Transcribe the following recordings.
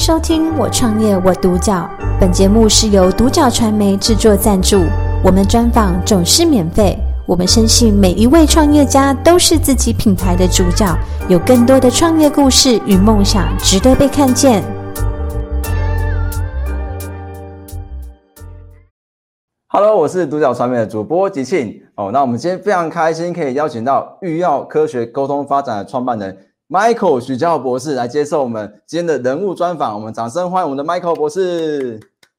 收听我创业我独角，本节目是由独角传媒制作赞助，我们专访总是免费。我们深信每一位创业家都是自己品牌的主角，有更多的创业故事与梦想值得被看见。 Hello， 我是独角传媒的主播吉庆。那我们今天非常开心可以邀请到育耀科学沟通发展的创办人 Michael 许家豪博士来接受我们今天的人物专访。我们掌声欢迎我们的 Michael 博士。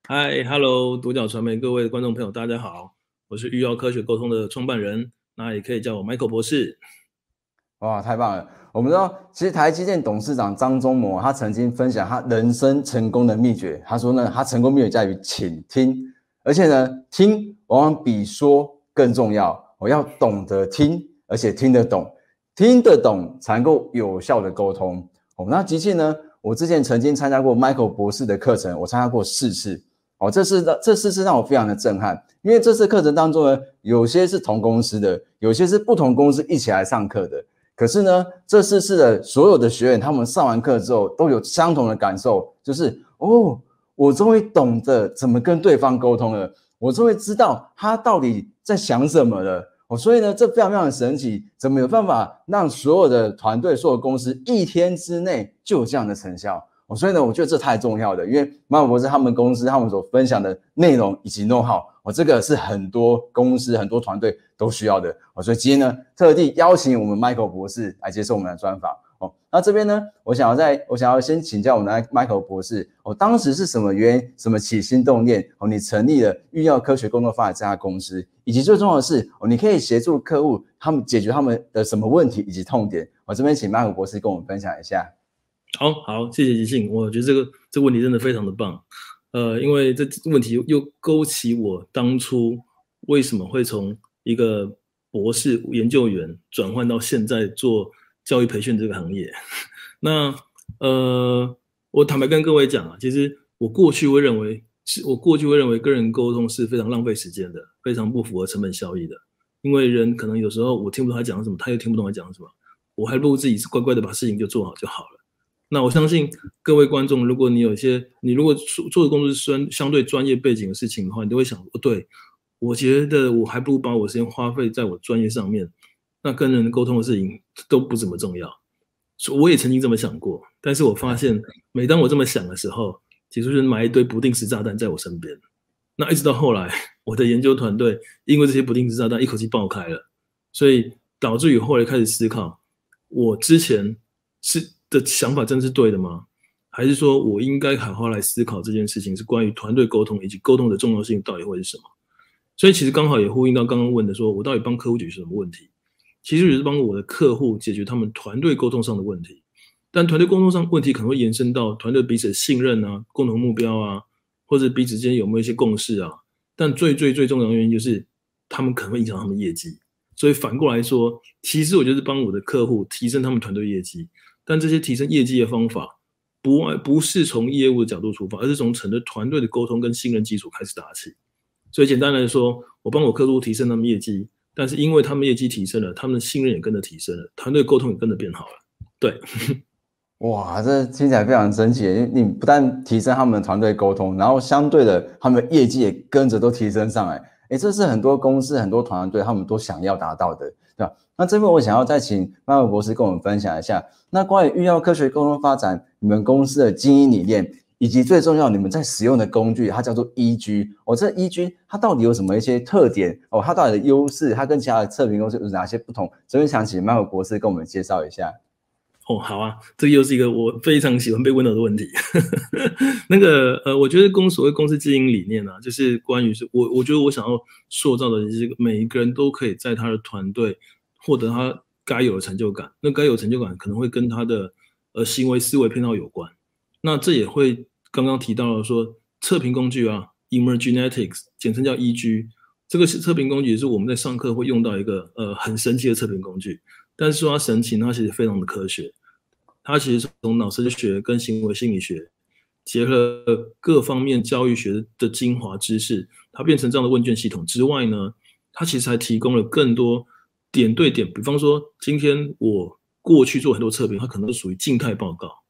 Hello， 独角传媒各位观众朋友大家好，我是育耀科学沟通的创办人，那也可以叫我 Michael 博士。 哇，太棒了！我们知道其实台积电董事长张忠谋他曾经分享他人生成功的秘诀，他说呢，他成功秘诀在于倾听，而且呢，听往往比说更重要。我要懂得听，而且听得懂，听得懂才能够有效的沟通。那吉庆呢，我之前曾经参加过 Michael 博士的课程，我参加过4次。这4次让我非常的震撼，因为这次课程当中呢，有些是同公司的，有些是不同公司一起来上课的。可是呢，这4次的所有的学员，他们上完课之后都有相同的感受，就是我终于懂得怎么跟对方沟通了，我终于知道他到底在想什么了。所以呢，这非常非常的神奇，怎么有办法让所有的团队、所有公司1天之内就有这样的成效？所以呢，我觉得这太重要了，因为Michael博士他们公司他们所分享的内容以及 know how，这个是很多公司、很多团队都需要的。所以今天呢，特地邀请我们 Michael 博士来接受我们的专访。那这边呢，我想要先请教我们的 Michael 博士，当时是什么原因、什么起心动念，你成立了育耀科学沟通发展这家公司，以及最重要的是，你可以协助客户他们解决他们的什么问题以及痛点。我这边请 Michael 博士跟我们分享一下。 好，谢谢吉庆，我觉得这个问题真的非常的棒，因为这问题又勾起我当初为什么会从一个博士研究员转换到现在做教育培训这个行业。那我坦白跟各位讲啊，其实我过去会认为跟人沟通是非常浪费时间的，非常不符合成本效益的，因为人可能有时候我听不懂他讲什么，他又听不懂他讲什么，我还不如自己乖乖的把事情就做好就好了。那我相信各位观众，如果你如果做的工作是相对专业背景的事情的话，你都会想，对，我觉得我还不如把我时间花费在我专业上面，那跟人沟通的事情都不怎么重要。我也曾经这么想过，但是我发现每当我这么想的时候，其实就是埋一堆不定时炸弹在我身边。那一直到后来，我的研究团队因为这些不定时炸弹一口气爆开了，所以导致于后来开始思考，我之前的想法真是对的吗？还是说我应该好好来思考这件事情是关于团队沟通以及沟通的重要性到底会是什么？所以其实刚好也呼应到刚刚问的说，我到底帮客户解决什么问题？其实也是帮我的客户解决他们团队沟通上的问题。但团队沟通上问题可能会延伸到团队彼此的信任啊、共同目标啊，或者彼此之间有没有一些共识啊。但最重要的原因就是他们可能会影响他们业绩。所以反过来说，其实我就是帮我的客户提升他们团队业绩。但这些提升业绩的方法不是从业务的角度出发，而是从整个团队的沟通跟信任基础开始打起。所以简单来说，我帮我客户提升他们业绩，但是因为他们业绩提升了，他们的信任也跟着提升了，团队沟通也跟着变好了。对。 哇，这听起来非常神奇，因为你不但提升他们的团队沟通，然后相对的他们的业绩也跟着都提升上来。这是很多公司、很多团队他们都想要达到的，对吧？那这边我想要再请Michael博士跟我们分享一下，那关于育耀科学沟通发展你们公司的经营理念，以及最重要你们在使用的工具，它叫做 EG。这 EG 它到底有什么一些特点？它到底的优势，它跟其他的测评公司有哪些不同？这边想请Michael博士跟我们介绍一下。 好啊，这个又是一个我非常喜欢被问到的问题。我觉得所谓公司经营理念啊，就是关于我觉得我想要塑造的是每一个人都可以在他的团队获得他该有的成就感。那该有成就感可能会跟他的行为思维偏好有关。那这也会刚刚提到了说测评工具啊 ，Emergenetics 简称叫 EG， 这个测评工具也是我们在上课会用到一个很神奇的测评工具。但是说它神奇，它其实非常的科学。它其实从脑神经学跟行为心理学结合各方面教育学的精华知识，它变成这样的问卷系统之外呢，它其实还提供了更多点对点。比方说，今天我过去做很多测评，它可能都属于静态报告。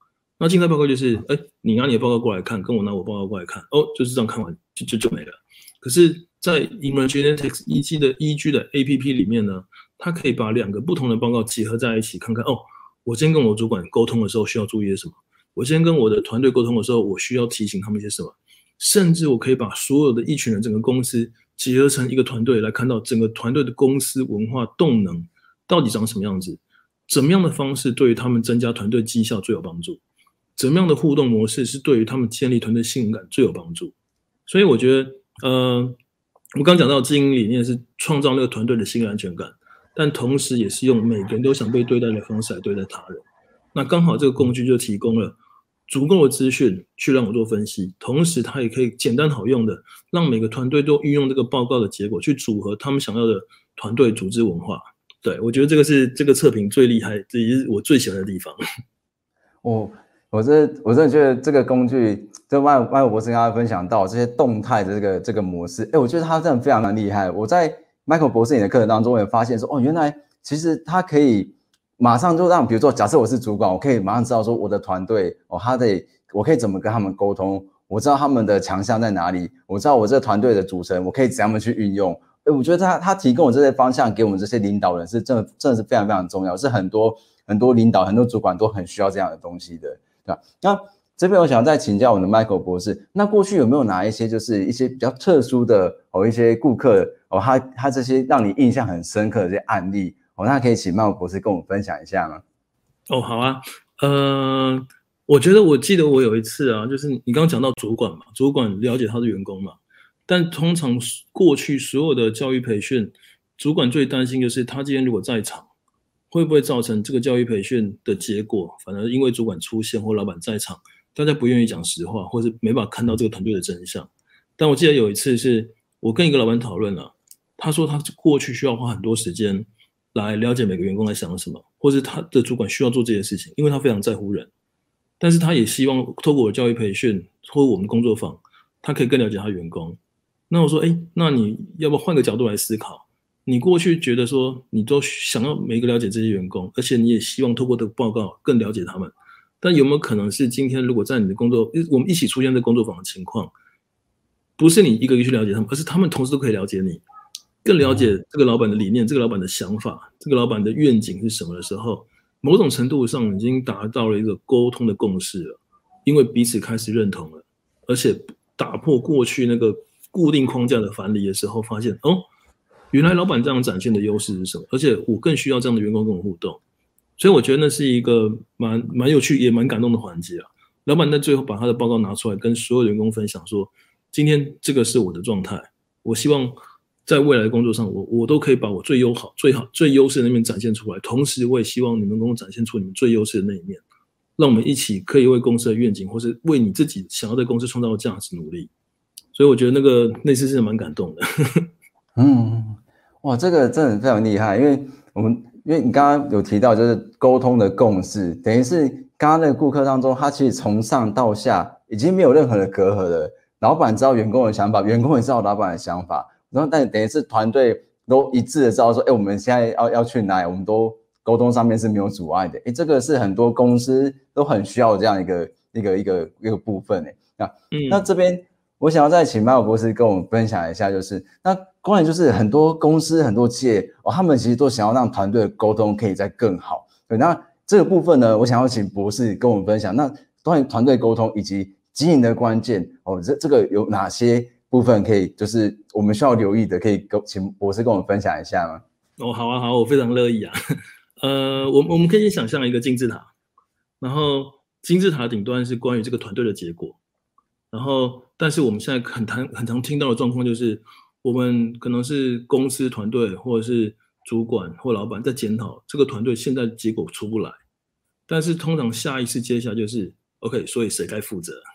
那竞赛报告就是，你拿你的报告过来看，跟我拿我报告过来看，就是这样看完就没了。可是，在 Emergenetics 依据的 APP 里面呢，它可以把2个不同的报告结合在一起，看看我今天跟我主管沟通的时候需要注意些什么，我今天跟我的团队沟通的时候，我需要提醒他们一些什么，甚至我可以把所有的一群人整个公司结合成一个团队来看到整个团队的公司文化动能到底长什么样子，怎么样的方式对于他们增加团队绩效最有帮助，怎么样的互动模式是对于他们建立团队信任感最有帮助。所以我觉得我刚讲到经营理念是创造那个团队的心理安全感，但同时也是用每个人都想被对待的方式来对待他人。那刚好这个工具就提供了足够的资讯去让我做分析，同时它也可以简单好用的让每个团队都运用这个报告的结果去组合他们想要的团队组织文化。对，我觉得这个是这个测评最厉害，这也是我最喜欢的地方。 我真的觉得这个工具，就麦克博士刚才分享到这些动态的这个模式，我觉得他真的非常的厉害。我在麦克博士你的课程当中也发现说，原来其实他可以马上就让，比如说假设我是主管，我可以马上知道说我的团队我可以怎么跟他们沟通，我知道他们的强项在哪里，我知道我这个团队的组成，我可以怎样去运用。我觉得他提供我这些方向给我们这些领导人是真的是非常非常重要，是很多领导很多主管都很需要这样的东西的。对吧？那这边我想再请教我们的 Michael 博士，那过去有没有哪一些就是一些比较特殊的一些顾客他这些让你印象很深刻的这些案例那可以请 Michael 博士跟我们分享一下吗？ 好啊，我记得我有一次啊，就是你刚刚讲到主管嘛，主管了解他的员工嘛，但通常过去所有的教育培训，主管最担心就是他今天如果在场，会不会造成这个教育培训的结果，反而因为主管出现或老板在场，大家不愿意讲实话，或是没办法看到这个团队的真相。但我记得有一次是我跟一个老板讨论了，他说他过去需要花很多时间来了解每个员工在想什么，或是他的主管需要做这件事情，因为他非常在乎人。但是他也希望透过我的教育培训或我们工作坊，他可以更了解他员工。那我说那你要不要换个角度来思考，你过去觉得说你都想要每一个了解这些员工，而且你也希望透过这个报告更了解他们，但有没有可能是今天如果在你的工作，我们一起出现在工作坊的情况，不是你一个一个去了解他们，而是他们同时都可以了解你，更了解这个老板的理念，这个老板的想法，这个老板的愿景是什么的时候，某种程度上已经达到了一个沟通的共识了，因为彼此开始认同了，而且打破过去那个固定框架的藩篱的时候，发现原来老板这样展现的优势是什么？而且我更需要这样的员工跟我互动，所以我觉得那是一个蛮有趣也蛮感动的环节啊。老板在最后把他的报告拿出来，跟所有员工分享说，今天这个是我的状态，我希望在未来的工作上，我都可以把我最优势的那面展现出来，同时我也希望你们能够展现出你们最优势的那一面，让我们一起可以为公司的愿景，或是为你自己想要在公司创造的价值努力。所以我觉得那次是蛮感动的。 哇，这个真的非常厉害，因为你刚刚有提到就是沟通的共识，等于是刚刚那个顾客当中，他其实从上到下已经没有任何的隔阂了。老板知道员工的想法，员工也知道老板的想法，然后但等于是团队都一致的知道说，我们现在要去哪里，我们都沟通上面是没有阻碍的。这个是很多公司都很需要这样一个部分。那这边我想要再请麦克博士跟我们分享一下，就是那关于就是很多公司很多企业他们其实都想要让团队的沟通可以再更好。对，那这个部分呢，我想要请博士跟我们分享，那关于团队沟通以及经营的关键这个有哪些部分可以就是我们需要留意的，可以请博士跟我们分享一下吗？ 好啊，我非常乐意啊。我们可以先想象一个金字塔，然后金字塔顶端是关于这个团队的结果，然后但是我们现在很常听到的状况就是，我们可能是公司团队或者是主管或老板在检讨这个团队现在结果出不来，但是通常下意识接下来就是 OK， 所以谁该负责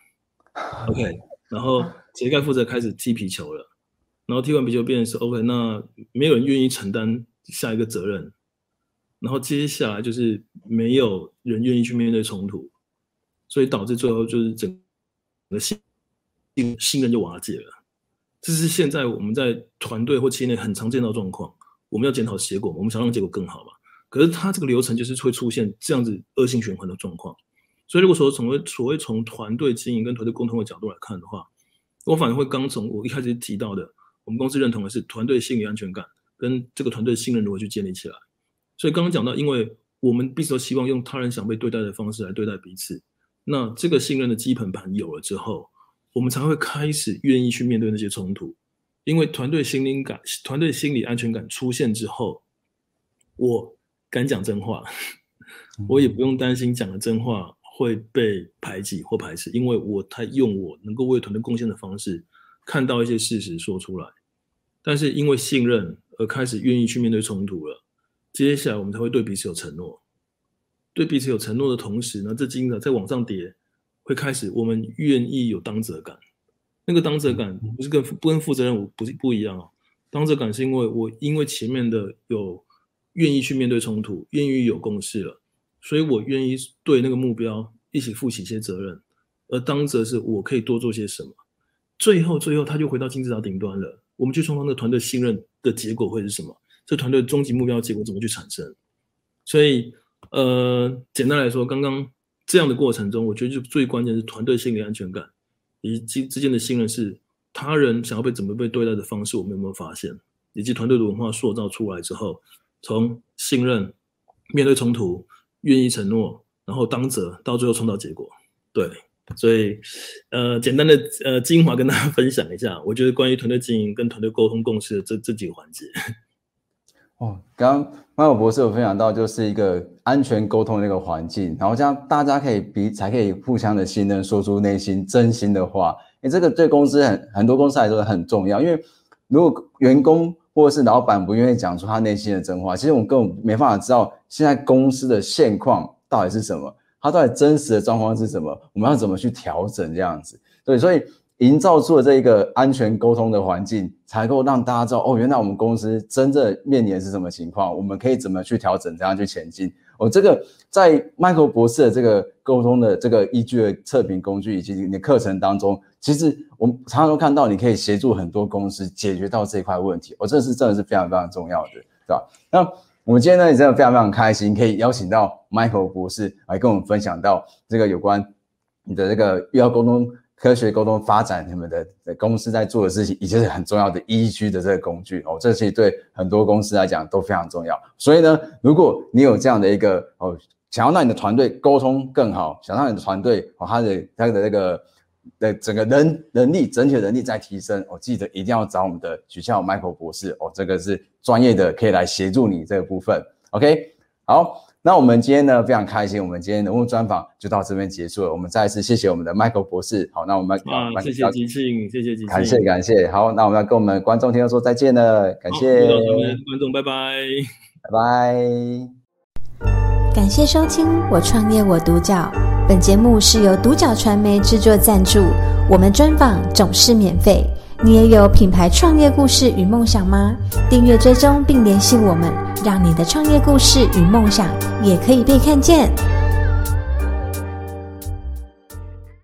OK， 然后谁该负责开始踢皮球了，然后踢完皮球变成是 OK， 那没有人愿意承担下一个责任，然后接下来就是没有人愿意去面对冲突，所以导致最后就是整个信任就瓦解了。这是现在我们在团队或企业内很常见到的状况。我们要检讨结果，我们想让结果更好嘛。可是它这个流程就是会出现这样子恶性循环的状况。 所以如果说所谓从团队经营跟团队沟通的角度来看的话，我反而会刚从我一开始提到的，我们公司认同的是团队心理安全感跟这个团队信任如何去建立起来。所以刚刚讲到，因为我们彼此都希望用他人想被对待的方式来对待彼此，那这个信任的基本盘有了之后，我们才会开始愿意去面对那些冲突。因为团队心理安全感出现之后，我敢讲真话，我也不用担心讲的真话会被排挤或排斥，因为我用我能够为团队贡献的方式看到一些事实说出来。但是因为信任而开始愿意去面对冲突了，接下来我们才会对彼此有承诺。对彼此有承诺的同时呢，这金额在往上叠，会开始我们愿意有当责感。那个当责感不是跟负责任不一样哦。当责感是因为前面的有愿意去面对冲突，愿意有共识了，所以我愿意对那个目标一起负起一些责任。而当责是我可以多做些什么。最后他就回到金字塔顶端了。我们去创造那个团队信任的结果会是什么？这团队终极目标的结果怎么去产生？所以简单来说，刚刚这样的过程中，我觉得就最关键是团队心理安全感以及之间的信任，是他人想要怎么被对待的方式我们有没有发现，以及团队的文化塑造出来之后，从信任、面对冲突、愿意承诺，然后当责，到最后创造结果。对，所以简单的精华跟大家分享一下，我觉得关于团队经营跟团队沟通共识的这几个环节。 刚刚Michael博士有分享到，就是一个安全沟通的那个环境，然后这样大家才可以互相的信任，说出内心真心的话。这个对公司很多公司来说很重要，因为如果员工或者是老板不愿意讲出他内心的真话，其实我们根本没办法知道现在公司的现况到底是什么，它到底真实的状况是什么，我们要怎么去调整这样子。对，所以营造出了这一个安全沟通的环境，才能够让大家知道原来我们公司真正面临的是什么情况，我们可以怎么去调整，怎样去前进。这个在 Michael 博士的这个沟通的这个依据的测评工具以及你的课程当中，其实我们常常都看到你可以协助很多公司解决到这一块问题。这是真的是非常非常重要的，对吧？那我们今天呢也真的非常非常开心，可以邀请到 Michael 博士来跟我们分享到这个有关你的这个育儿沟通、科学沟通发展，你们的公司在做的事情，以及是很重要的依据的这个工具这其实对很多公司来讲都非常重要。所以呢，如果你有这样的一个想要让你的团队沟通更好，想让你的团队他的那个的整个能力整体的能力再提升，记得一定要找我们的许孝 Michael 博士这个是专业的，可以来协助你这个部分。OK， 好。那我们今天呢非常开心，我们今天的人物专访就到这边结束了。我们再一次谢谢我们的 Michael 博士。好，那我们谢谢吉庆，谢谢吉庆，感谢。好，那我们要跟我们观众听众说再见了，感谢观众，拜拜， 拜拜。 感谢收听《我创业我独角》，本节目是由独角传媒制作赞助，我们专访总是免费。你也有品牌创业故事与梦想吗？订阅追踪并联系我们，让你的创业故事与梦想也可以被看见。